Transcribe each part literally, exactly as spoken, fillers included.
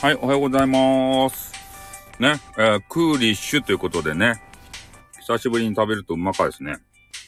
はい、おはようございます。ね、えー、クーリッシュということでね、久しぶりに食べるとうまかですね。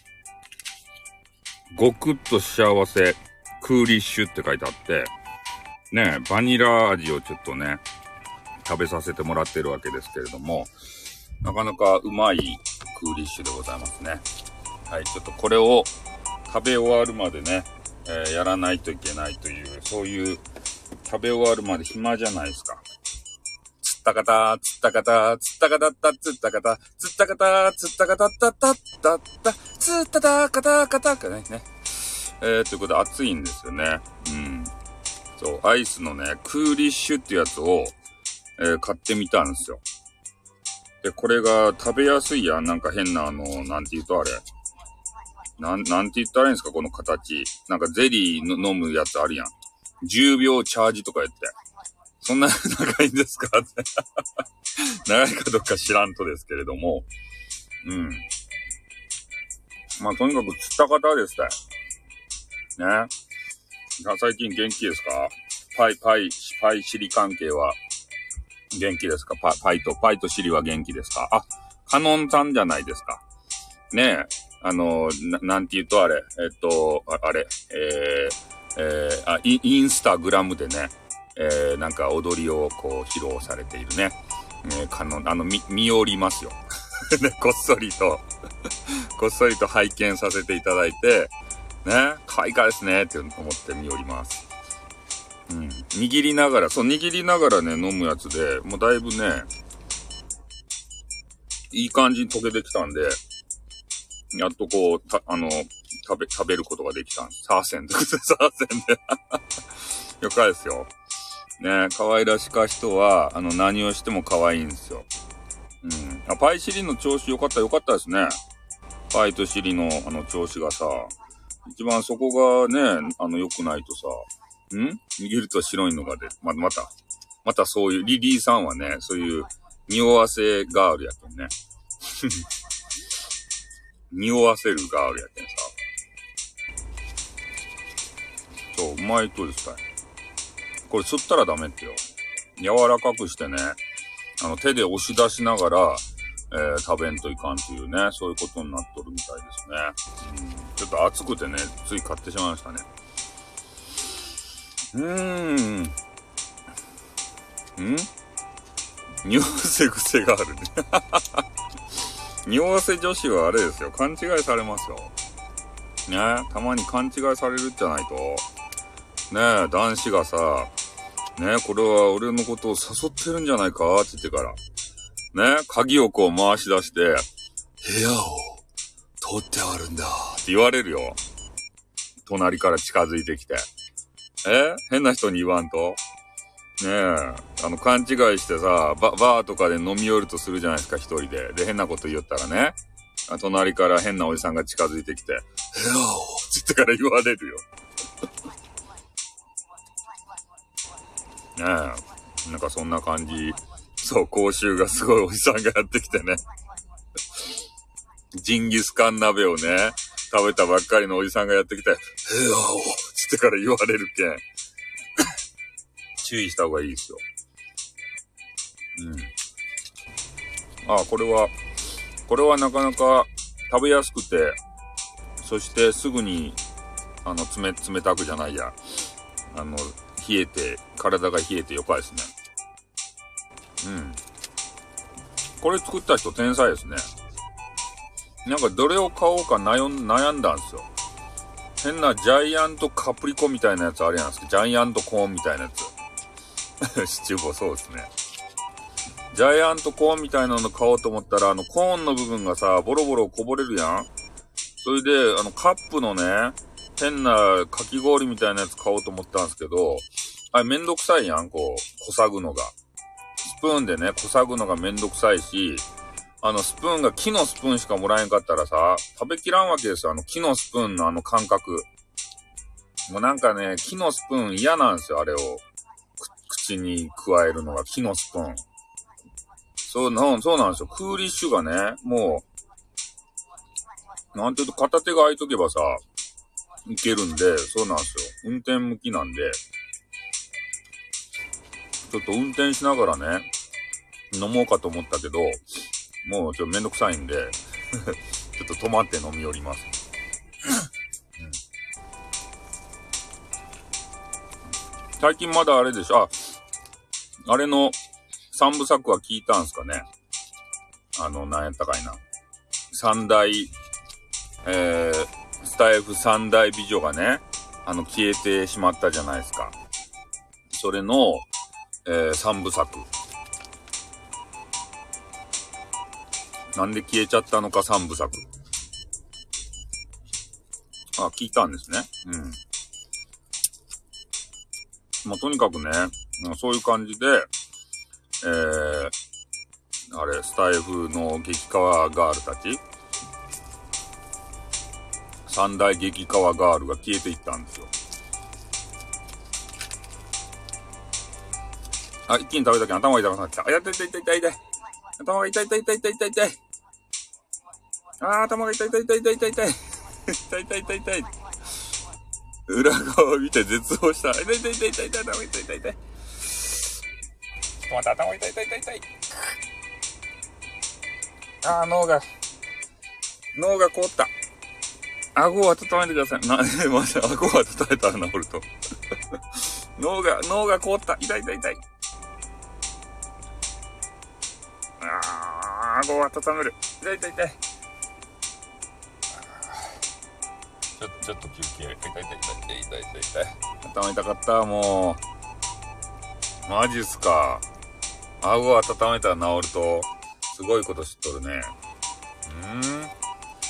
ごくっと幸せ、クーリッシュって書いてあって、ね、バニラ味をちょっとね、食べさせてもらってるわけですけれども、なかなかうまいクーリッシュでございますね。はい、ちょっとこれを食べ終わるまでね、えー、やらないといけないという、そういう食べ終わるまで暇じゃないですか。つったかた、つったかた、つったかたった、つったかた、つったかた、つったかたったったったった、つったたかたかたかね。えー、ということで暑いんですよね。うん。そう、アイスのね、クーリッシュっていうやつを、えー、買ってみたんですよ。で、これが食べやすいやん。なんか変なあの、なんて言うとあれ。なん、なんて言ったらいいんですかこの形。なんかゼリーの飲むやつあるやん。じゅうびょうチャージとか言って。そんな長いんですかって長いかどうか知らんとですけれども。うん。まあ、とにかく釣った方でしたよ。ね。最近元気ですか？パイ、パイ、パイシリ関係は元気ですか？パ、パイと、パイとシリは元気ですか？あ、カノンさんじゃないですか。ねえ。あの、な、なんて言うとあれ。えっと、あ, あれ。えー、えー、あ、イ, インスタグラムでね。えー、なんか踊りをこう披露されているね。えー、カノン、あの、見、見おりますよ。ね、こっそりと、こっそりと拝見させていただいて、ね、可愛いかですね、って思って見おります。うん。握りながら、そう、握りながらね、飲むやつで、もうだいぶね、いい感じに溶けてきたんで、やっとこう、た、あの、食べ、食べることができたんです。サーセンで、サーセンで。よかですよ。ね、可愛らしか人は、あの、何をしても可愛いんですよ。うん。あ、パイシリの調子良かった、良かったですね。パイとシリの、あの、調子がさ、一番そこがね、あの、良くないとさ、ん握ると白いのが出る。ま、また、またそういう、リリーさんはね、そういう、匂わせガールやけんね。匂わせるガールやけんさ。そう、うまいとですかい。これ吸ったらダメってよ。柔らかくしてね、あの、手で押し出しながら、えー、食べんといかんっていうね、そういうことになっとるみたいですね。うん、ちょっと暑くてね、つい買ってしまいましたね。うーん。ん匂わせ癖があるね。匂わせ女子はあれですよ。勘違いされますよ。ね、たまに勘違いされるじゃないと。ね、男子がさ、ね、これは俺のことを誘ってるんじゃないかって言ってから。ね、鍵をこう回し出して、部屋を取ってあるんだって言われるよ。隣から近づいてきて。え変な人に言わんとねえ、あの、勘違いしてさ、バ、バーとかで飲み寄るとするじゃないですか、一人で。で、変なこと言ったらね、隣から変なおじさんが近づいてきて、部屋をって言ってから言われるよ。ねえ、なんかそんな感じ。そう、口臭がすごいおじさんがやってきてね。ジンギスカン鍋をね、食べたばっかりのおじさんがやってきて、部屋をって言ってから言われるけん。注意した方がいいですよ。うん。あ、これは、これはなかなか食べやすくて、そしてすぐに、あの、冷、冷たくじゃないや。あの、冷えて、体が冷えてよかですね。うん。これ作った人天才ですね。なんかどれを買おうか悩ん、悩んだんですよ。変なジャイアントカプリコみたいなやつあるやんすか。ジャイアントコーンみたいなやつ。シチューボそうですね。ジャイアントコーンみたいなの買おうと思ったら、あのコーンの部分がさ、ボロボロこぼれるやん。それで、あのカップのね、変なかき氷みたいなやつ買おうと思ったんですけど、あれめんどくさいやん、こう、こさぐのが。スプーンでね、こさぐのがめんどくさいし、あのスプーンが木のスプーンしかもらえんかったらさ、食べきらんわけですよ、あの木のスプーンのあの感覚。もうなんかね、木のスプーン嫌なんですよ、あれを。口に加えるのが木のスプーン。そうな、そうなんですよ。クーリッシュがね、もう、なんていうと片手が空いとけばさ、いけるんで、そうなんですよ。運転向きなんで、 ちょっと運転しながらね、飲もうかと思ったけど、もうちょっとめんどくさいんで、ちょっと止まって飲み寄ります。うん、最近まだあれでしょ、あ、あれの三部作は聞いたんすかね。あの、なんやったかいな。三大、えー、スタイフ三大美女がね、あの、消えてしまったじゃないですか。それの、えー、三部作。なんで消えちゃったのか三部作。あ、聞いたんですね。うん。まあ、とにかくね、そういう感じで、えー、あれ、スタイフの激川ガールたち、三大激川ガールが消えていったんですよ。あ、一気に食べたけど頭が痛くなってきた。あ、やった痛い痛い痛い痛い。頭が痛い痛い痛い痛い痛い痛い。あー、頭が痛い痛い痛い痛い痛い痛い。痛い痛い痛い痛い。裏側を見て絶望した。痛い痛い痛い痛い痛い。頭が痛い痛い痛い。ちょっと待って、頭が痛い痛い痛い痛い。あー、脳が、脳が凍った。顎を温めてください。な、まじ、顎を温めたら治ると。脳が、脳が凍った。痛い痛い痛い。あー、顎を温める。痛い痛い痛い。ちょっと、ちょっと休憩。痛い痛い痛い痛い痛い痛い痛い。頭痛かった、もう。マジっすか。顎を温めたら治ると、すごいこと知っとるね。うーん。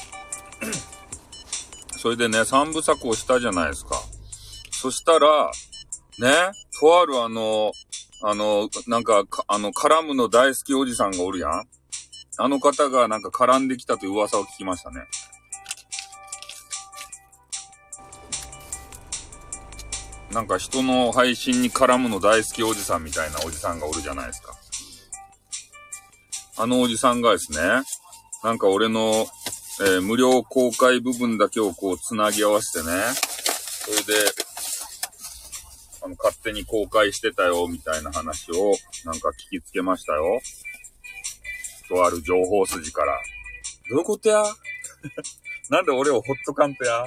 それでね、三部作をしたじゃないですか。そしたら、ね、とあるあの、あの、なんか、あの、絡むの大好きおじさんがおるやん。あの方がなんか絡んできたという噂を聞きましたね。なんか人の配信に絡むの大好きおじさんみたいなおじさんがおるじゃないですか。あのおじさんがですね、なんか俺の、えー、無料公開部分だけをこうつなぎ合わせてね、それで、あの、勝手に公開してたよ、みたいな話を、なんか聞きつけましたよ。とある情報筋から。どういうことやなんで俺をほっとかんとや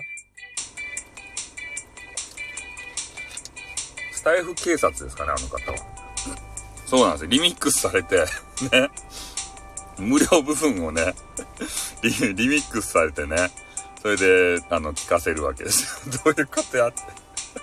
スタイフ警察ですかね、あの方は。そうなんですよ。リミックスされて、ね。無料部分をねリ、リミックスされてね。それで、あの、聞かせるわけですよ。どういうことやって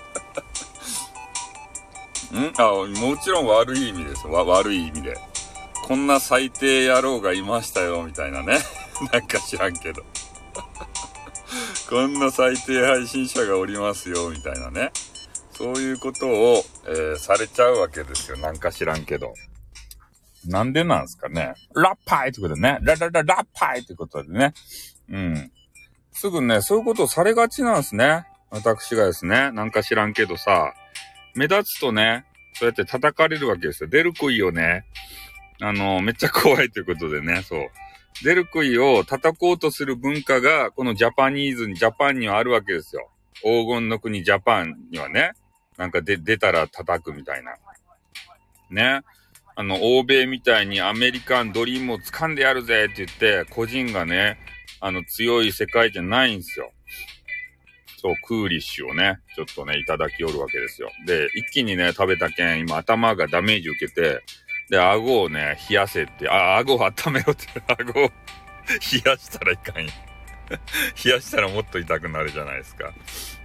んあ、もちろん悪い意味ですわ。悪い意味で。こんな最低野郎がいましたよ、みたいなね。なんか知らんけど。こんな最低配信者がおりますよ、みたいなね。そういうことを、えー、されちゃうわけですよ。なんか知らんけど。なんでなんすかね。ラッパイってことでね。ララララッパイってことでね。うん。すぐね、そういうことをされがちなんですね。私がですね。なんか知らんけどさ。目立つとね、そうやって叩かれるわけですよ。出る杭をね、あの、めっちゃ怖いということでね、そう。出る杭を叩こうとする文化が、このジャパニーズに、ジャパンにはあるわけですよ。黄金の国ジャパンにはね、なんかで出たら叩くみたいな。ね。あの、欧米みたいにアメリカンドリームを掴んでやるぜって言って、個人がね、あの、強い世界じゃないんですよ。そう、クーリッシュをね、ちょっとね、いただきおるわけですよ。で、一気にね、食べたけん、今頭がダメージ受けて、で、顎をね、冷やせって、あ、顎を温めろって、顎を冷やしたらいかんよ。冷やしたらもっと痛くなるじゃないですか。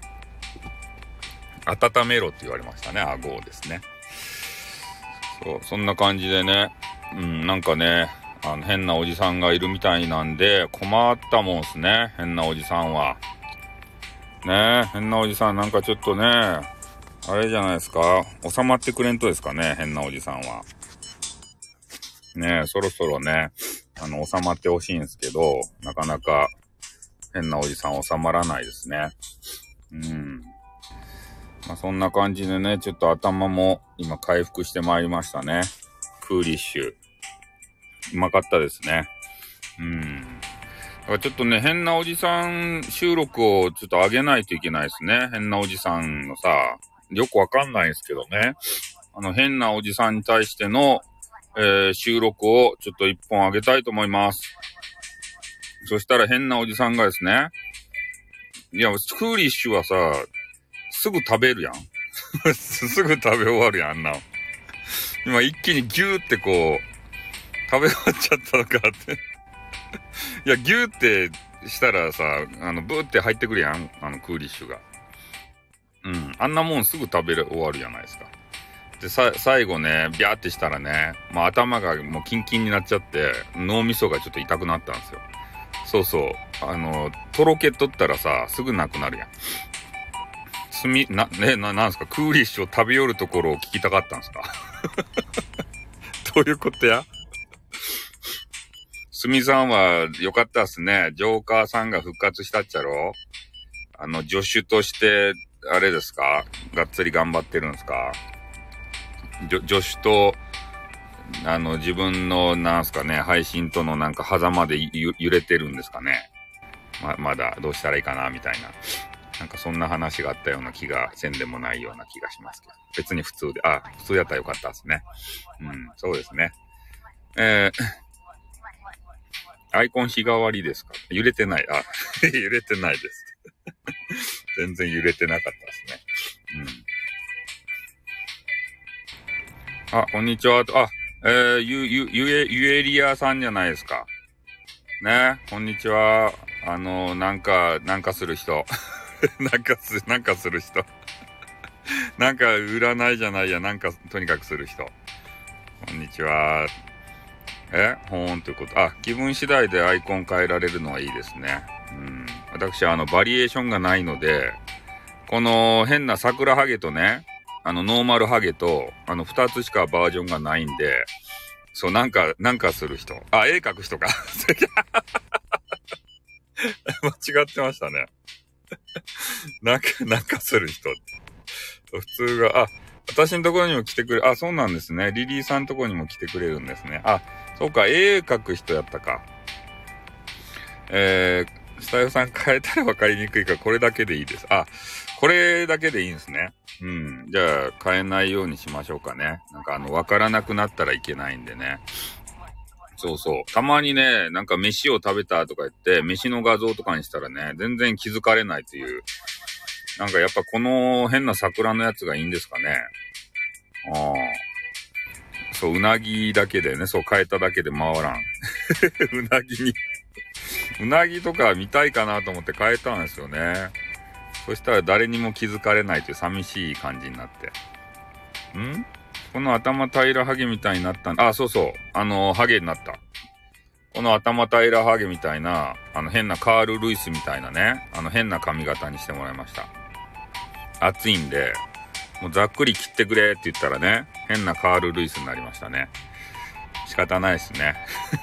温めろって言われましたね、顎をですね。そう、そんな感じでね、うん、なんかね、あの、変なおじさんがいるみたいなんで、困ったもんですね、変なおじさんは。ねえ、変なおじさんなんかちょっとね、あれじゃないですか。収まってくれんとですかね、変なおじさんは。ねえ、そろそろね、あの、収まってほしいんですけど、なかなか変なおじさん収まらないですね。うん。まあ、そんな感じでね、ちょっと頭も今回復してまいりましたね。クーリッシュ。うまかったですね。うん。だからちょっとね、変なおじさん収録をちょっと上げないといけないですね。変なおじさんのさ、よくわかんないんですけどね。 あの、変なおじさんに対しての、えー、収録をちょっと一本あげたいと思います。そしたら変なおじさんがですね、いや、クーリッシュはさ、すぐ食べるやん。すぐ食べ終わるやん、あんな。今一気にギューってこう、食べ終わっちゃったのかって。いや、ギューってしたらさ、あの、ブーって入ってくるやん、あの、クーリッシュが。うん。あんなもんすぐ食べ終わるじゃないですか。で、さ、最後ね、ビャーってしたらね、まあ頭がもうキンキンになっちゃって、脳みそがちょっと痛くなったんですよ。そうそう。あの、とろけとったらさ、すぐなくなるやん。すみ、な、ね、な、なんすか、クーリッシュを食べよるところを聞きたかったんすかどういうことや。すみさんはよかったっすね。ジョーカーさんが復活したっちゃろ。あの、助手として、あれですか、がっつり頑張ってるんですか。助手と、あの、自分の、なんすかね、配信とのなんか狭間で揺れてるんですかね。ま、まだどうしたらいいかな、みたいな。なんかそんな話があったような気がせんでもないような気がしますけど。別に普通で、あ、普通やったらよかったですね。うん、そうですね。えー、アイコン日替わりですか？揺れてない。あ、揺れてないです。全然揺れてなかったですね。うん。あ、こんにちは。あ、えー、ゆ、ゆ、ゆえ、ゆえりやさんじゃないですか。ね、こんにちは。あの、なんか、なんかする人。なんかす、なんかする人。なんか占いじゃないや、なんかとにかくする人。こんにちは。えほーんということ。あ、気分次第でアイコン変えられるのはいいですね。うん。私はあの、バリエーションがないので、この変な桜ハゲとね、あの、ノーマルハゲと、あの、二つしかバージョンがないんで、そう、なんか、なんかする人。あ、絵描く人か。間違ってましたね。なんか、なんかする人。普通が、あ、私のところにも来てくれ、あ、そうなんですね。リリーさんのところにも来てくれるんですね。あ、そうか、絵描く人やったか。えー、スタイフさん変えたら分かりにくいから、これだけでいいです。あ、これだけでいいんですね。うん。じゃあ、変えないようにしましょうかね。なんかあの、分からなくなったらいけないんでね。そうそう。たまにね、なんか飯を食べたとか言って、飯の画像とかにしたらね、全然気づかれないという。なんかやっぱこの変な桜のやつがいいんですかね。ああ。そう、うなぎだけでね、そう変えただけで回らん。うなぎに。うなぎとか見たいかなと思って変えたんですよね。そしたら誰にも気づかれないという寂しい感じになって。んこの頭平らハゲみたいになったん、あ、そうそう。あの、ハゲになった。この頭平らハゲみたいな、あの変なカール・ルイスみたいなね、あの変な髪型にしてもらいました。暑いんで、もうざっくり切ってくれって言ったらね、変なカール・ルイスになりましたね。仕方ないですね。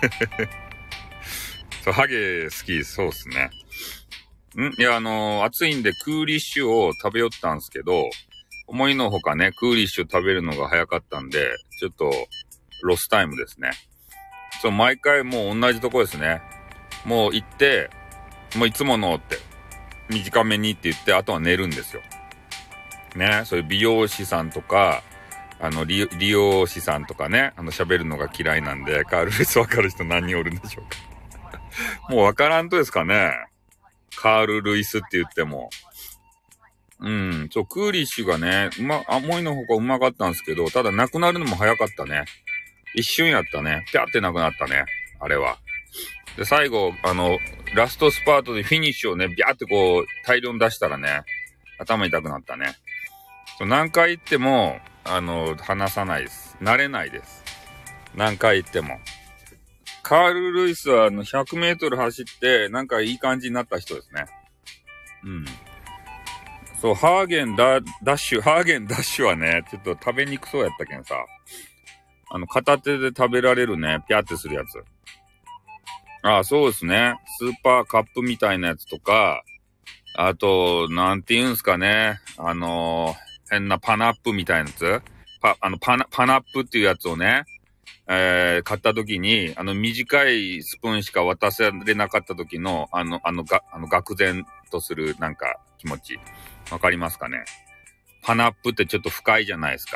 そう、ハゲ好き、そうっすね。んいや、あのー、暑いんでクーリッシュを食べよったんですけど、思いのほかね、クーリッシュ食べるのが早かったんで、ちょっと、ロスタイムですね。そう、毎回もう同じとこですね。もう行って、もういつものって、短めにって言って、あとは寝るんですよ。ね、そういう美容師さんとか、あの、利用師さんとかね、あの、喋るのが嫌いなんで、カール・ルイスわかる人何人おるんでしょうか。もうわからんとですかね。カール・ルイスって言っても。うん、そう、クーリッシュがね、うま、思いのほかうまかったんですけど、ただなくなるのも早かったね。一瞬やったね。ピャってなくなったね。あれは。で、最後、あの、ラストスパートでフィニッシュをね、ビャーってこう、大量に出したらね、頭痛くなったね。何回言っても、あの、話さないです。慣れないです。何回言っても。カール・ルイスは、あの、ひゃくメートル走って、なんかいい感じになった人ですね。うん。そう、ハーゲンダ、ダッシュ、ハーゲンダッシュはね、ちょっと食べにくそうやったけんさ。あの、片手で食べられるね、ピャってするやつ。ああ、そうですね。スーパーカップみたいなやつとか、あと、なんて言うんすかね。あのー、変なパナップみたいなやつ。パ、あの、パナ、パナップっていうやつをね、えー、買った時に、あの、短いスプーンしか渡せれなかった時の、あの、あの、が、あの、愕然とする、なんか、気持ち。わかりますかね。パナップってちょっと深いじゃないですか。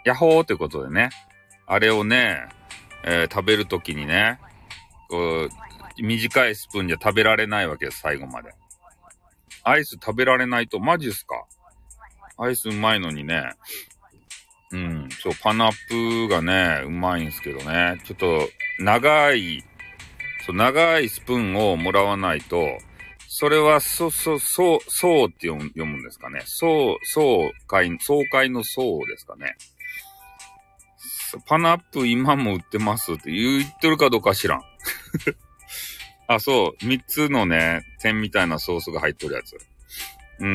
ヤッホーってことでね、あれをね、えー、食べるときにね、こう、短いスプーンじゃ食べられないわけです、最後まで。アイス食べられないと、マジっすか？アイスうまいのにね。うん、そう、パナップがね、うまいんすけどね。ちょっと、長い、そう、長いスプーンをもらわないと、それは、そ、そ、そう、そうって読む、読むんですかね。そう、そう会、総会のそうですかね。パナップ今も売ってますって言ってるかどうか知らん。あ、そう、三つのね、点みたいなソースが入ってるやつ。うん。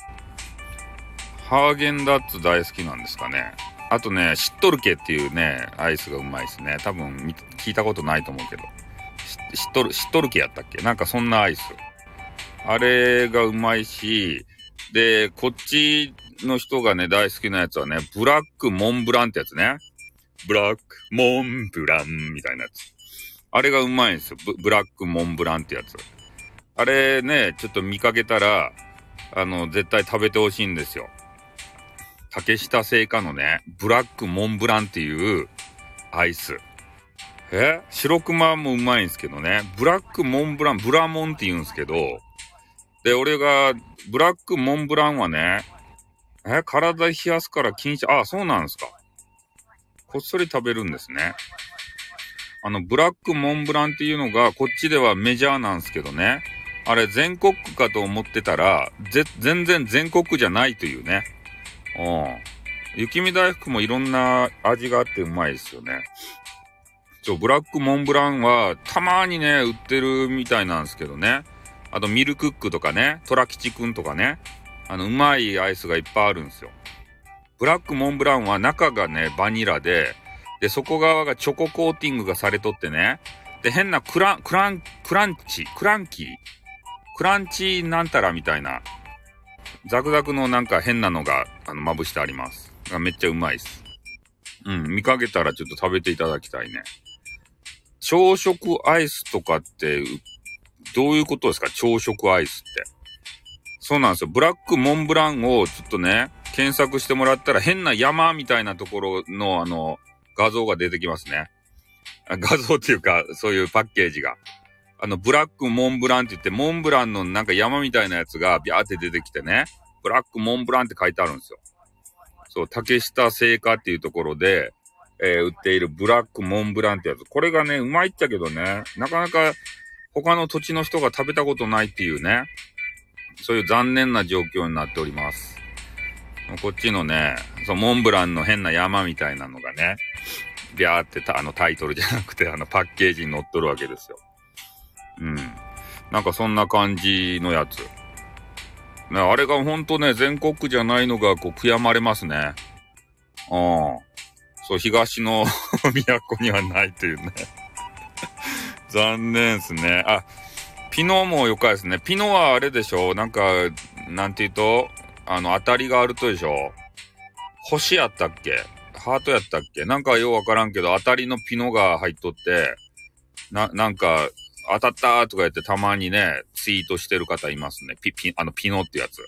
ハーゲンダッツ大好きなんですかね。あとね、しっとるけっていうね、アイスがうまいですね。多分、聞いたことないと思うけど。し、しっとる、しっとるけやったっけ？なんかそんなアイス。あれがうまいし、で、こっちの人がね、大好きなやつはね、ブラックモンブランってやつね。ブラックモンブランみたいなやつ。あれがうまいんですよ。ブ、ブラックモンブランってやつ。あれね、ちょっと見かけたら、あの、絶対食べてほしいんですよ。竹下製菓のね、ブラックモンブランっていうアイス。え白熊もうまいんですけどね。ブラックモンブラン、ブラモンって言うんですけど、で、俺が、ブラックモンブランはね、え体冷やすから禁止、あ、そうなんですか。こっそり食べるんですね。あの、ブラックモンブランっていうのが、こっちではメジャーなんですけどね。あれ、全国区かと思ってたら、ぜ、全然全国区じゃないというね。うん。雪見大福もいろんな味があってうまいですよね。そう、ブラックモンブランは、たまーにね、売ってるみたいなんですけどね。あと、ミルクックとかね、トラ吉くんとかね。あの、うまいアイスがいっぱいあるんですよ。ブラックモンブランは中がね、バニラで、で、外側がチョココーティングがされとってね。で、変なクラン、クラン、クランチ、クランキークランチなんたらみたいな、ザクザクのなんか変なのが、あの、まぶしてあります。めっちゃうまいです。うん、見かけたらちょっと食べていただきたいね。朝食アイスとかって、どういうことですか？朝食アイスって。そうなんですよ。ブラックモンブランをちょっとね、検索してもらったら変な山みたいなところのあの、画像が出てきますね。画像っていうか、そういうパッケージが。あの、ブラックモンブランって言って、モンブランのなんか山みたいなやつがビャーって出てきてね、ブラックモンブランって書いてあるんですよ。そう、竹下製菓っていうところで、えー、売っているブラックモンブランってやつ。これがね、うまいっちゃけどね、なかなか他の土地の人が食べたことないっていうね、そういう残念な状況になっております。こっちのね、そう、モンブランの変な山みたいなのがね、ビャーってた、あのタイトルじゃなくて、あのパッケージに載っとるわけですよ。うん。なんかそんな感じのやつ。ね、あれがほんとね、全国区じゃないのがこう悔やまれますね。うん。そう、東の都にはないというね。残念ですね。あ、ピノもよかですね。ピノはあれでしょ？なんか、なんて言うと、あの、当たりがあるとでしょ？星やったっけ？ハートやったっけ？なんかようわからんけど、当たりのピノが入っとって、な、なんか、当たったーとか言ってたまにね、ツイートしてる方いますね。ピ、ピ、あの、ピノってやつ。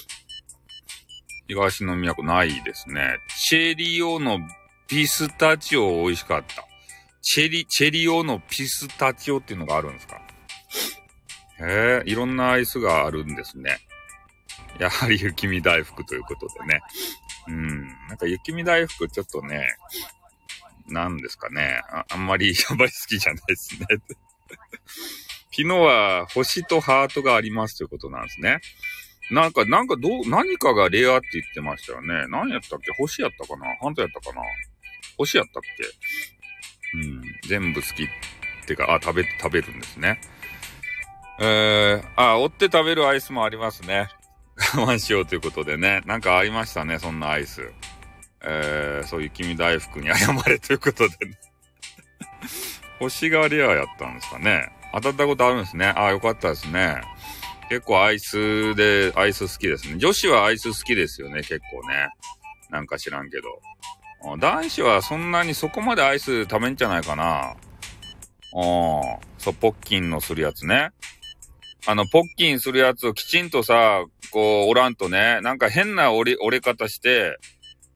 東の都ないですね。チェリオのピスタチオ美味しかった。チェリ、チェリオのピスタチオっていうのがあるんですか？へえ、いろんなアイスがあるんですね。やはり雪見大福ということでね。うん。なんか雪見大福ちょっとね、なんですかね。あ, あんまり、あんまり好きじゃないですね。ピノは星とハートがありますということなんですね。なんか、なんかどう、何かがレアって言ってましたよね。何やったっけ？星やったかな？ハートやったかな？星やったっけ？うん。全部好きってか、あ、食べ、食べるんですね。えー、あ、追って食べるアイスもありますね。我慢しようということでね。なんかありましたね、そんなアイス。えー、そう、雪見大福に謝れということでね。星がレアやったんですかね。当たったことあるんですね。あ、よかったですね。結構アイスで、アイス好きですね。女子はアイス好きですよね、結構ね。なんか知らんけど。男子はそんなにそこまでアイス食べんじゃないかな。うん。そう、ポッキンのするやつね。あの、ポッキンするやつをきちんとさ、こう、おらんとね、なんか変な折れ、折れ方して、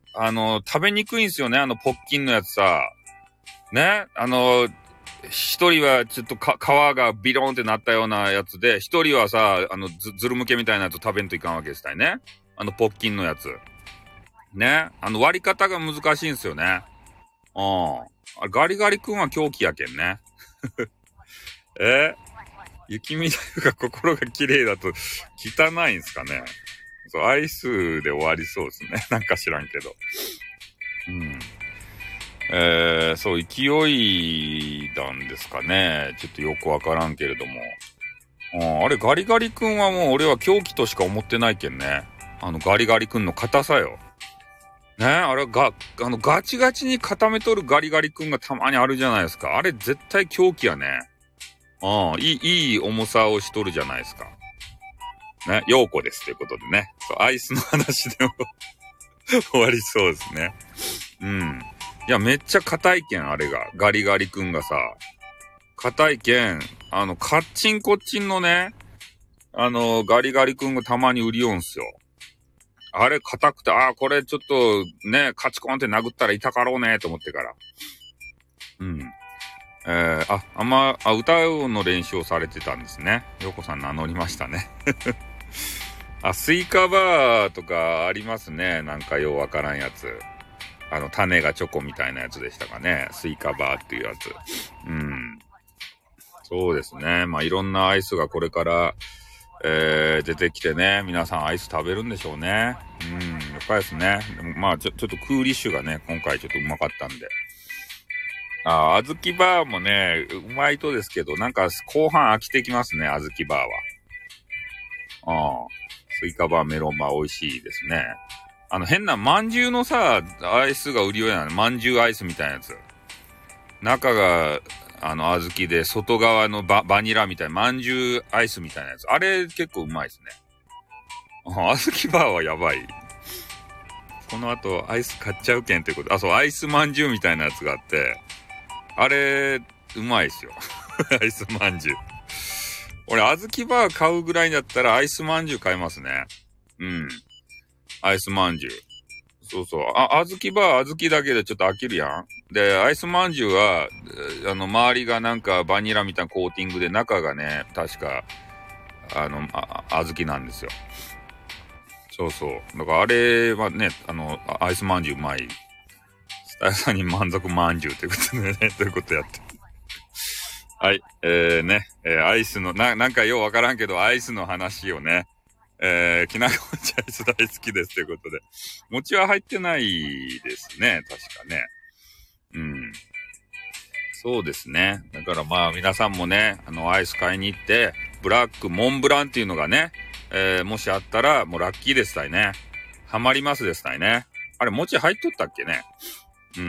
あの、食べにくいんすよね、あのポッキンのやつさ。ね、あの、一人はちょっとか皮がビローンってなったようなやつで、一人はさ、あのず、ずるむけみたいなやつ食べんといかんわけですたいね。あのポッキンのやつ。ね、あの割り方が難しいんすよね。うん。あガリガリ君は狂気やけんね。え雪見大福が心が綺麗だと汚いんすかね。そう、アイスで終わりそうですね。なんか知らんけど。うん。えー、そう、勢いなんですかね。ちょっとよくわからんけれども。うん、あれ、ガリガリ君はもう俺は狂気としか思ってないけんね。あの、ガリガリ君の硬さよ。ね、あれが、あの、ガチガチに固めとるガリガリ君がたまにあるじゃないですか。あれ、絶対狂気やね。うん、いい、いい重さをしとるじゃないですか。ね、陽子です。ということでね。そう、アイスの話でも終わりそうですね。うん。いや、めっちゃ硬いけん、あれが。ガリガリ君がさ。硬いけん、あの、カッチンコッチンのね、あの、ガリガリ君がたまに売りよんすよ。あれ硬くて、ああ、これちょっとね、カチコンって殴ったら痛かろうね、と思ってから。うん。えー、あ、あんま、あ、歌うの練習をされてたんですね。よこさん名乗りましたね。あ、スイカバーとかありますね。なんかようわからんやつ。あの、種がチョコみたいなやつでしたかね。スイカバーっていうやつ。うん。そうですね。まあ、いろんなアイスがこれから、えー、出てきてね、皆さんアイス食べるんでしょうね。うん、やっぱりですね。でもまあちょ、ちょっとクーリッシュがね、今回ちょっとうまかったんで。あ、あずきバーもね、うまいとですけど、なんか後半飽きてきますね、あずきバーは。ああ、スイカバー、メロンバー美味しいですね。あの変なまんじゅうのさ、アイスが売りようやな。まんじゅうアイスみたいなやつ。中が、あの、小豆で、外側のバ、バニラみたいな、まんじゅうアイスみたいなやつ。あれ結構うまいですね。あ、小豆バーはやばい。この後、アイス買っちゃうけんってこと。あ、そう、アイスまんじゅうみたいなやつがあって、あれ、うまいっすよ。アイスまんじゅう。俺、小豆バー買うぐらいだったら、アイスまんじゅう買いますね。うん。アイスまんじゅう。そうそう。あ、小豆バー、小豆だけでちょっと飽きるやん。で、アイスまんじゅうは、あの、周りがなんかバニラみたいなコーティングで、中がね、確か、あの、あ、小豆なんですよ。そうそう。だからあれはね、あの、アイスまんじゅううまい。スタイルさんに満足まんじゅうということでね、ということやって。はい。えー、ね、えー、アイスの、な、なんかようわからんけど、アイスの話をね、えー、きなこ餅アイス大好きですということで。餅は入ってないですね、確かね。うん。そうですね。だからまあ皆さんもね、あのアイス買いに行って、ブラックモンブランっていうのがね、えー、もしあったらもうラッキーですたいね。ハマりますですたいね。あれ、餅入っとったっけね。うん。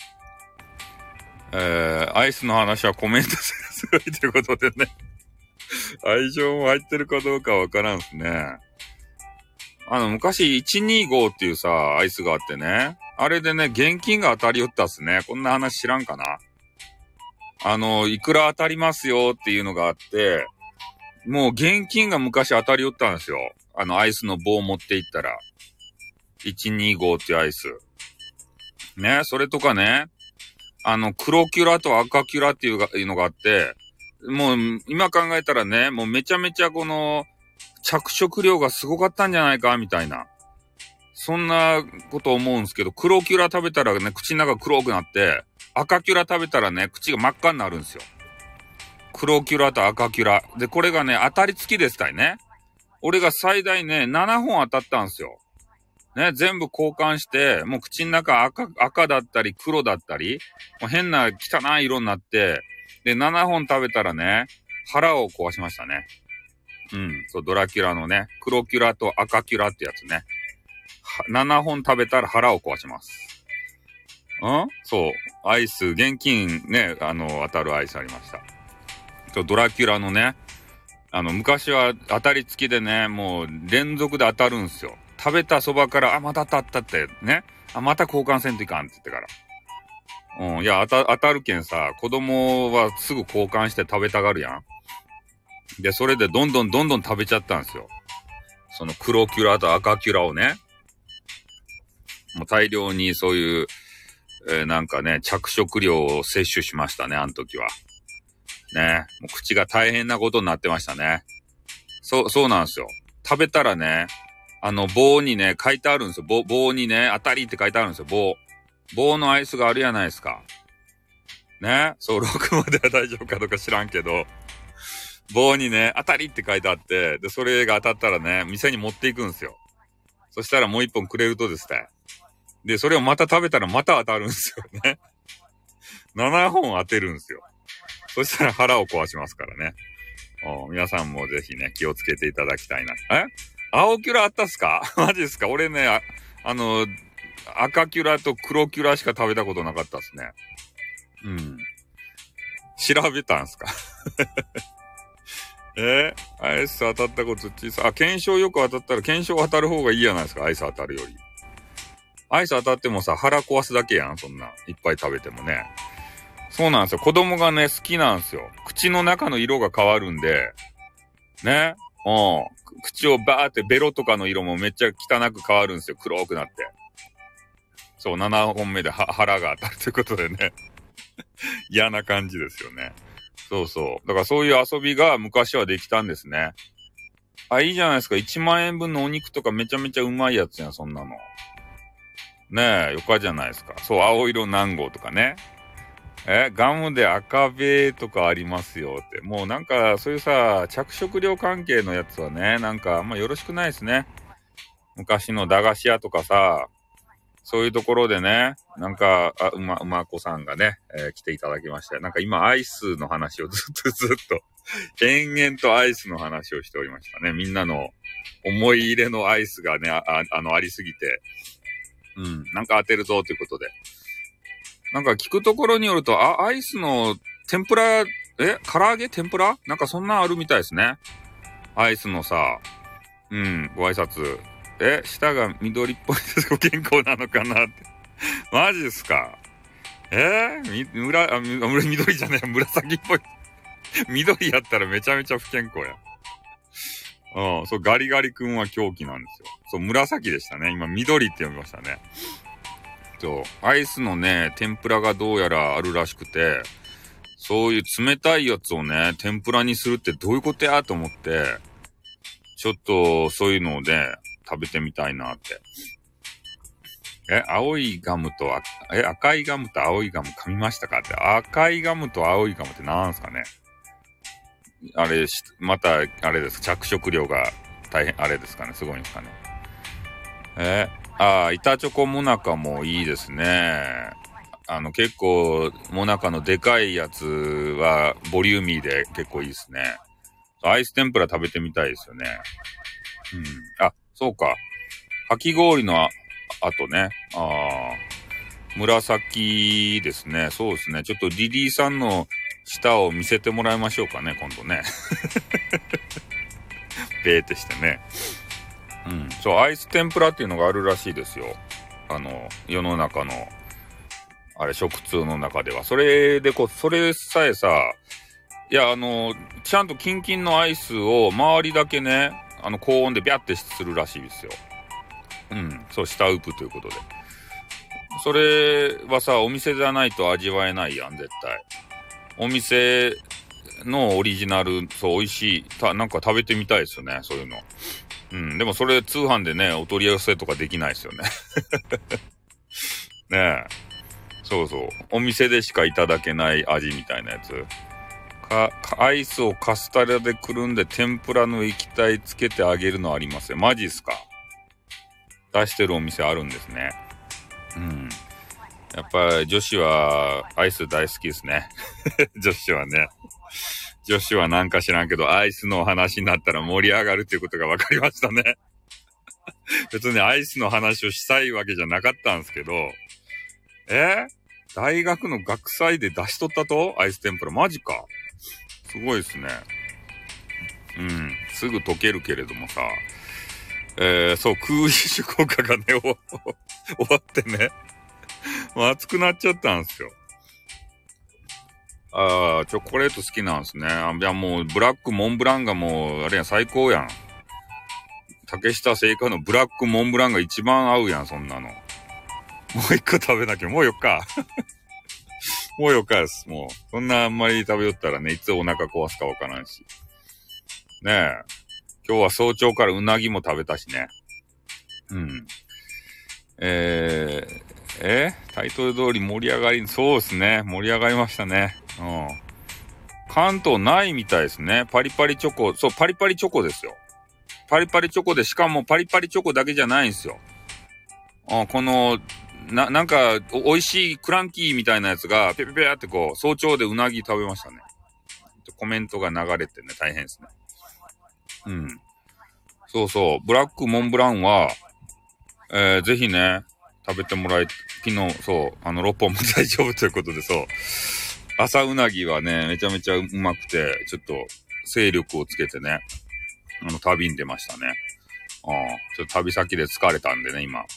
えー、アイスの話はコメントすごいということでね。愛情も入ってるかどうかわからんすね。あの、昔いちにーごっていうさ、アイスがあってね。あれでね、現金が当たりよったっすね。こんな話知らんかな。あの、いくら当たりますよっていうのがあって、もう現金が昔当たりよったんですよ。あの、アイスの棒を持っていったら。いちにーごっていうアイス。ね、それとかね、あの、黒キュラと赤キュラっていうのがあって、もう、今考えたらね、もうめちゃめちゃこの、着色料がすごかったんじゃないかみたいな。そんなこと思うんですけど、黒キュラ食べたらね、口の中黒くなって、赤キュラ食べたらね、口が真っ赤になるんですよ。黒キュラと赤キュラ。で、これがね、当たり付きですたいね。俺が最大ね、ななほん当たったんですよ。ね、全部交換して、もう口の中赤、赤だったり黒だったり、もう変な汚い色になって、で、ななほん食べたらね、腹を壊しましたね。うん、そう、ドラキュラのね、黒キュラと赤キュラってやつね。ななほん食べたら腹を壊します。んそう、アイス、現金ね、あの、当たるアイスありました。ドラキュラのね、あの、昔は当たり付きでね、もう連続で当たるんすよ。食べたそばから、あ、また当たったって、ね。あ、また交換せんといかんって言ってから。うん、いや、当た、当たるけんさ、子供はすぐ交換して食べたがるやん。で、それでどんどんどんどん食べちゃったんですよ。その黒キュラと赤キュラをね。 もう大量にそういう、えー、なんかね、着色料を摂取しましたね、あの時は。ね。もう口が大変なことになってましたね。そう、そうなんですよ。食べたらね、あの棒にね、書いてあるんですよ。棒、棒にね、当たりって書いてあるんですよ、棒。棒のアイスがあるやないですか。ね。そう、ろくまでは大丈夫かどうか知らんけど、棒にね、当たりって書いてあって、で、それが当たったらね、店に持っていくんですよ。そしたらもう一本くれるとですね。で、それをまた食べたらまた当たるんですよね。ななほん当てるんですよ。そしたら腹を壊しますからね。皆さんもぜひね、気をつけていただきたいな。え青キュラあったっすかマジっすか。俺ね、あ、あの、赤キュラと黒キュラしか食べたことなかったっすね。うん。調べたんすかえー、アイス当たったこと小さい。あ、検証よく当たったら検証当たる方がいいじゃないですか。アイス当たるより。アイス当たってもさ、腹壊すだけやん。そんな。いっぱい食べてもね。そうなんですよ。子供がね、好きなんですよ。口の中の色が変わるんで、ね。うん。口をバーってベロとかの色もめっちゃ汚く変わるんですよ。黒くなって。そう、ななほんめでは腹が当たるということでね。嫌な感じですよね。そうそう。だからそういう遊びが昔はできたんですね。あ、いいじゃないですか。いちまんえんぶんのお肉とかめちゃめちゃうまいやつやん、そんなの。ねえ、よかじゃないですか。そう、青色何号とかね。え、ガムで赤べとかありますよって。もうなんか、そういうさ、着色料関係のやつはね、なんかあんまよろしくないですね。昔の駄菓子屋とかさ、そういうところでね、なんか、あ、うま、うまこさんがね、えー、来ていただきました。なんか今アイスの話をずっとずっと、延々とアイスの話をしておりましたね。みんなの思い入れのアイスがね、あ、ああの、ありすぎて、うん、なんか当てるぞということで。なんか聞くところによると、あ、アイスの天ぷら、え唐揚げ天ぷらなんかそんなあるみたいですね。アイスのさ、うん、ご挨拶。え、舌が緑っぽいです。ご健康なのかなって。マジですか。えー、み、むら、あ、み、緑じゃねえ、紫っぽい。緑やったらめちゃめちゃ不健康や。うん、そう、ガリガリ君は狂気なんですよ。そう、紫でしたね。今、緑って読みましたね。そう、アイスのね、天ぷらがどうやらあるらしくて、そういう冷たいやつをね、天ぷらにするってどういうことやと思って、ちょっとそういうのをね、食べてみたいなって。え、青いガムと、え、赤いガムと青いガム噛みましたかって。赤いガムと青いガムって何すかね。あれ、また、あれです。着色料が大変、あれですかね。すごいんですかね。え、ああ、板チョコモナカもいいですね。あの、結構、モナカのでかいやつは、ボリューミーで結構いいですね。アイス天ぷら食べてみたいですよね。うん。あ、そうか。かき氷のあ、あとね。ああ、紫ですね。そうですね。ちょっとリリーさんの舌を見せてもらいましょうかね、今度ね。ベーってしてね。うん。そう、アイス天ぷらっていうのがあるらしいですよ。あの、世の中の、あれ、食通の中では。それでこう、それさえさ、いや、あの、ちゃんとキンキンのアイスを周りだけね、あの、高温でビャってするらしいですよ。うん。そう、下ウープということで。それはさ、お店じゃないと味わえないやん、絶対。お店のオリジナル、そう、美味しい。た、なんか食べてみたいですよね、そういうの。うん。でもそれ通販でね、お取り寄せとかできないですよね。ねえ。そうそう。お店でしかいただけない味みたいなやつ。か、アイスをカスタラでくるんで天ぷらの液体つけてあげるのありますよ。マジっすか。出してるお店あるんですね。うん。やっぱり女子はアイス大好きですね。女子はね。女子はなんか知らんけど、アイスの話になったら盛り上がるっていうことが分かりましたね。別にアイスの話をしたいわけじゃなかったんですけど、え大学の学祭で出しとったとアイス天ぷら。マジか。すごいですね。うん。すぐ溶けるけれどもさ。えー、そう、空輸効果がね、終わってね。もう熱くなっちゃったんですよ。あー、チョコレート好きなんですね。いや、もう、ブラックモンブランがもう、あれやん、最高やん。竹下製菓のブラックモンブランが一番合うやん、そんなの。 う一個食べなきゃ、もうよっか。もうよっかです。もう。そんなあんまり食べよったらね、いつお腹壊すかわからんし。ねえ。今日は早朝からうなぎも食べたしね。うん。えー、えタイトル通り盛り上がり、そうですね。盛り上がりましたね。うん。関東ないみたいですね。パリパリチョコ。そう、パリパリチョコですよ。パリパリチョコで、しかもパリパリチョコだけじゃないんですよ。あこの、な、なんか、美味しいクランキーみたいなやつが、ペペペーってこう、早朝でうなぎ食べましたね。コメントが流れてね、大変ですね。うん。そうそう。ブラックモンブランは、えー、ぜひね、食べてもらい、昨日、そう、あの、ろっぽんも大丈夫ということで、そう。朝うなぎはね、めちゃめちゃうまくて、ちょっと、精力をつけてね、あの、旅に出ましたね。ああ、ちょっと旅先で疲れたんでね、今。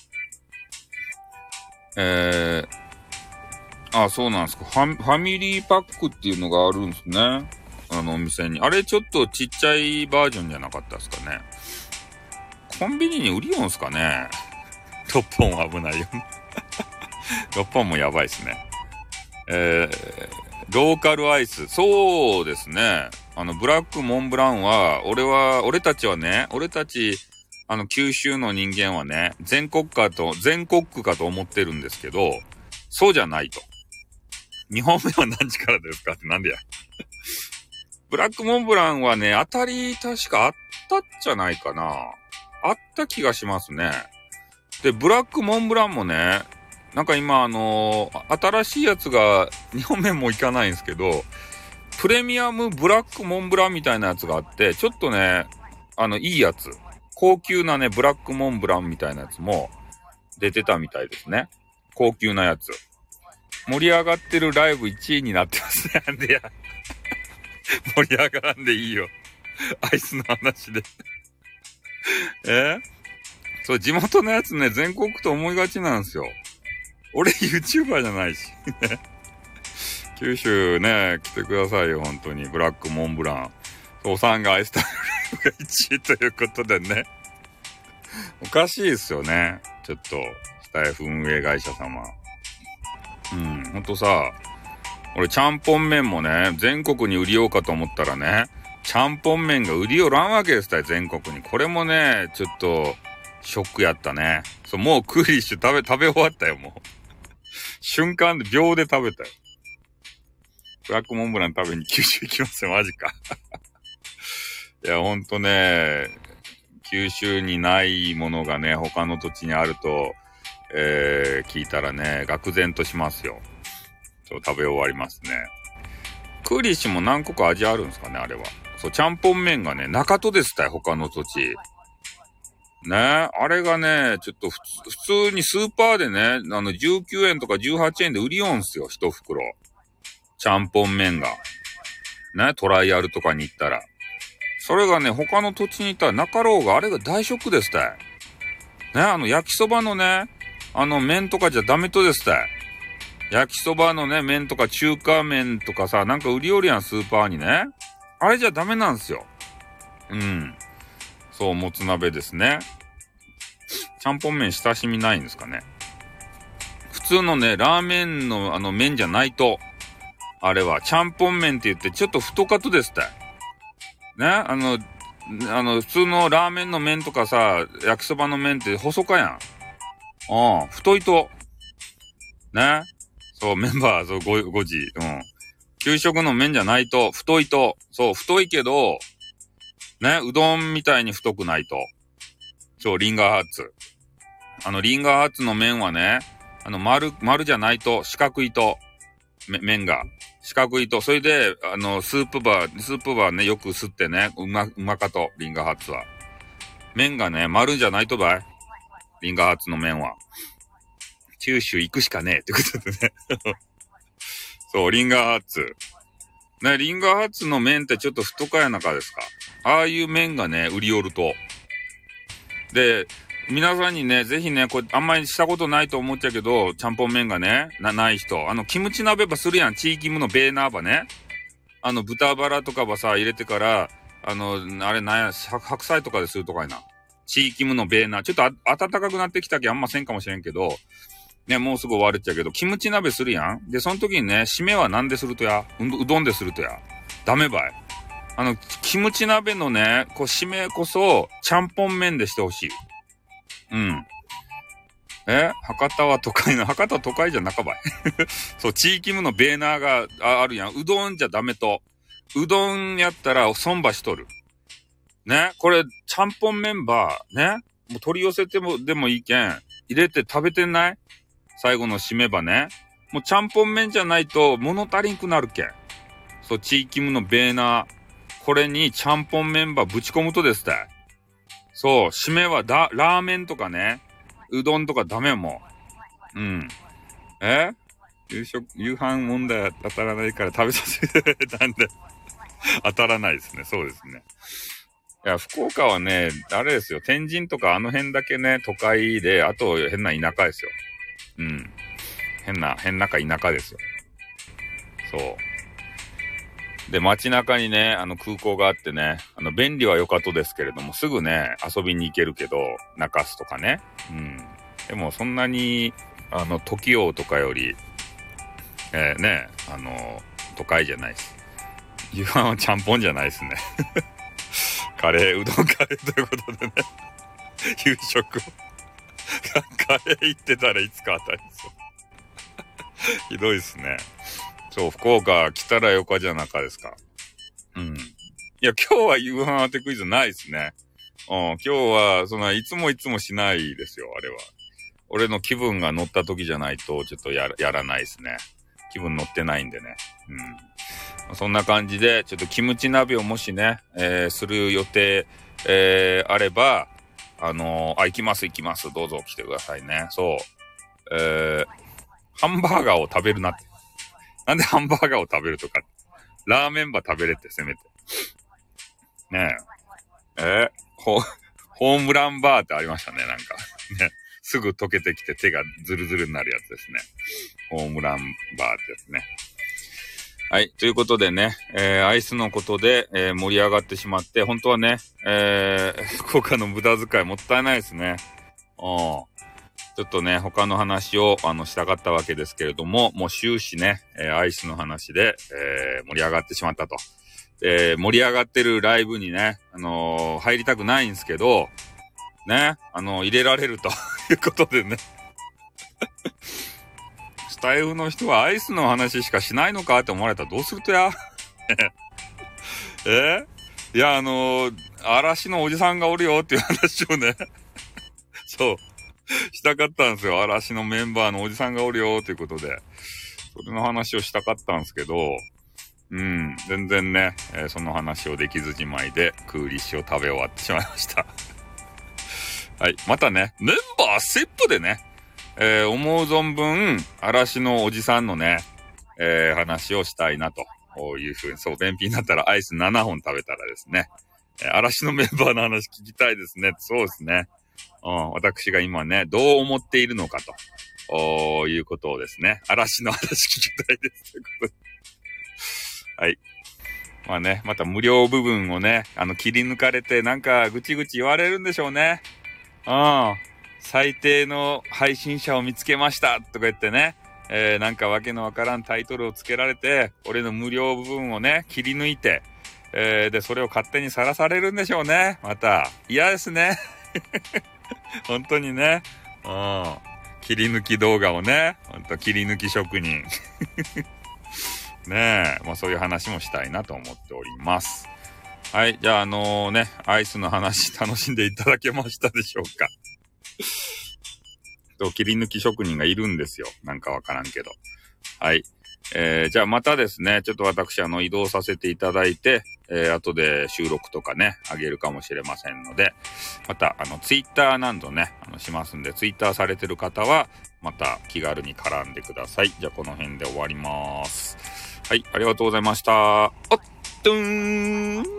えー、あ、そうなんですか。ファ、ファミリーパックっていうのがあるんですね。あのお店に。あれちょっとちっちゃいバージョンじゃなかったですかね。コンビニに売りよんすかね。ろっぽん危ないよ。ろっぽんもやばいですね。えー、ローカルアイス。そうですね。あの、ブラックモンブランは、俺は、俺たちはね、俺たち、あの、九州の人間はね、全国かと、全国区かと思ってるんですけど、そうじゃないと。にほんめは何時からですかってなんでや。ブラックモンブランはね、当たり確かあったんじゃないかな。あった気がしますね。で、ブラックモンブランもね、なんか今あのー、新しいやつがにほんめもいかないんですけど、プレミアムブラックモンブランみたいなやつがあって、ちょっとね、あの、いいやつ。高級なね、ブラックモンブランみたいなやつも出てたみたいですね。高級なやつ。盛り上がってるライブいちいになってますね。なんでや。盛り上がらんでいいよ。アイスの話で。えそう、地元のやつね、全国と思いがちなんですよ。俺 YouTuber じゃないし。九州ね、来てくださいよ、本当に。ブラックモンブラン。おさんがアイス食べるがいちいということでね。おかしいですよね。ちょっと、スタイフ運営会社様。うん、ほんとさ、俺、ちゃんぽん麺もね、全国に売りようかと思ったらね、ちゃんぽん麺が売りよらんわけですた全国に。これもね、ちょっと、ショックやったね。そう、もうクーリッシュ食べ、食べ終わったよ、もう。瞬間で、秒で食べたよ。ブラックモンブラン食べに九州行きますよ、マジか。いや、ほんとね、九州にないものがね、他の土地にあると、えー、聞いたらね、愕然としますよ。そう、食べ終わりますね。クーリッシュも何個か味あるんですかね、あれは。そう、ちゃんぽん麺がね、中戸ですたい、他の土地。ね、あれがね、ちょっと普通、普通にスーパーでね、あの、じゅうきゅうえんとかじゅうはちえんで売りよんすよ、一袋。ちゃんぽん麺が。ね、トライアルとかに行ったら。それがね、他の土地に行ったらなかろうが、あれが大ショックですたい。ね、あの、焼きそばのね、あの、麺とかじゃダメとですたい。焼きそばのね、麺とか中華麺とかさ、なんか売りよりやん、スーパーにね。あれじゃダメなんすよ。うん。そう、もつ鍋ですね。ちゃんぽん麺親しみないんですかね。普通のね、ラーメンのあの麺じゃないと、あれは、ちゃんぽん麺って言って、ちょっと太かとですって。ね、あの、あの、普通のラーメンの麺とかさ、焼きそばの麺って細かやん。うん、太いと。ね。そう、メンバー、そう、ご、ごじ。うん。給食の麺じゃないと、太いと。そう、太いけど、ね、うどんみたいに太くないと。そう、リンガーハッツ。あの、リンガーハッツの麺はね、あの、丸、丸じゃないと、四角いと。め、麺が。四角いと。それで、あの、スープバー、スープバーね、よく吸ってね、うま、うまかと、リンガーハッツは。麺がね、丸じゃないとばい。リンガーハッツの麺は。九州行くしかねえってことでね。そう、リンガーハッツ。ね、リンガーハッツの麺ってちょっと太かやなかですか。ああいう麺がね、売り寄ると。で、皆さんにね、ぜひね、これあんまりしたことないと思っちゃうけど、ちゃんぽん麺がね、な、ない人。あの、キムチ鍋ばするやん。チーキムのベーナーばね。あの、豚バラとかばさ、入れてから、あの、あれなんや、白菜とかでするとかやな。チーキムのベーナー。ちょっとあ暖かくなってきたけあんませんかもしれんけど、 ね、もうすぐ終わるっちゃけど、キムチ鍋するやん。で、その時にね、締めはなんでするとやうど、うどんでするとや。ダメばい。あの、キムチ鍋のね、こう、締めこそ、ちゃんぽん麺でしてほしい。うん。え博多は都会の、博多は都会じゃなかばい。そう、地域無のベーナーが あ, あるやん。うどんじゃダメと。うどんやったら、損ばしとる。ね、これ、ちゃんぽんメンバー、ね、もう取り寄せても、でもいいけん、入れて食べてない最後の締めばね。もうちゃんぽん麺じゃないと物足りんくなるけん。そう、地域無のベーナー。これにちゃんぽんメンバーぶち込むとですって。そう、締めはだ、ラーメンとかね、うどんとかダメもう。うん。え夕食、夕飯問題当たらないから食べさせて、なんで当たらないですね。そうですね。いや、福岡はね、あれですよ。天神とかあの辺だけね、都会で、あと変な田舎ですよ。うん。変な、変なか田舎ですよ。そう。で、街中にね、あの空港があってね、あの、便利は良かったですけれども、すぐね、遊びに行けるけど、中洲とかね。うん。でも、そんなに、あの、時王とかより、えー、ね、あの、都会じゃないです。夕飯はちゃんぽんじゃないですね。カレー、うどんカレーということでね、夕食をカレー行ってたらいつか当たりそう。ひどいですね。そう、福岡来たらよかじゃなかですか。うん。いや、今日は夕飯当てクイズないですね。うん、今日は、その、いつもいつもしないですよ、あれは。俺の気分が乗った時じゃないと、ちょっとやら、やらないですね。気分乗ってないんでね。うん。そんな感じで、ちょっとキムチ鍋をもしね、えー、する予定、えー、あれば、あのー、あ、行きます行きます。どうぞ来てくださいね。そう。えー、ハンバーガーを食べるなって。なんでハンバーガーを食べるとか。ラーメンば食べれってせめて。ねえ。えー、ホ、ホームランバーってありましたね、なんか。ね。すぐ溶けてきて手がズルズルになるやつですね。ホームランバーってやつね。はい。ということでね、えー、アイスのことで、えー、盛り上がってしまって、本当はね、えー、福岡の無駄遣いもったいないですね。うん。ちょっとね、他の話を、あの、したかったわけですけれども、もう終始ね、えー、アイスの話で、えー、盛り上がってしまったと。えー、盛り上がってるライブにね、あのー、入りたくないんですけど、ね、あのー、入れられるということでね。スタイフの人はアイスの話しかしないのかって思われたらどうするとやえいや、あのー、嵐のおじさんがおるよっていう話をね、そう、したかったんですよ。嵐のメンバーのおじさんがおるよっていうことで。それの話をしたかったんですけど、うん、全然ね、えー、その話をできずじまいで、クーリッシュを食べ終わってしまいました。はい。またね、メンバーセップでね、えー、思う存分、嵐のおじさんのね、えー、話をしたいなというふうに、そう、便秘になったらアイスななほん食べたらですね、えー、嵐のメンバーの話聞きたいですね。そうですね。うん、私が今ね、どう思っているのかということをですね、嵐の話聞きたいです。ということで。はい。まあね、また無料部分をね、あの、切り抜かれて、なんか、ぐちぐち言われるんでしょうね。うん。最低の配信者を見つけましたとか言ってね、えー、なんかわけのわからんタイトルをつけられて、俺の無料部分をね、切り抜いて、えー、で、それを勝手にさらされるんでしょうね。また。嫌ですね。本当にね。うん。切り抜き動画をね、ほんと切り抜き職人。ねえ、まあそういう話もしたいなと思っております。はい。じゃあ、あのー、ね、アイスの話楽しんでいただけましたでしょうか。と、切り抜き職人がいるんですよ。なんかわからんけど。はい。えー、じゃあまたですね、ちょっと私、あの、移動させていただいて、えー、後で収録とかね、あげるかもしれませんので、また、あの、ツイッターなどね、あの、しますんで、ツイッターされてる方は、また気軽に絡んでください。じゃあ、この辺で終わります。はい、ありがとうございました。おっとーん。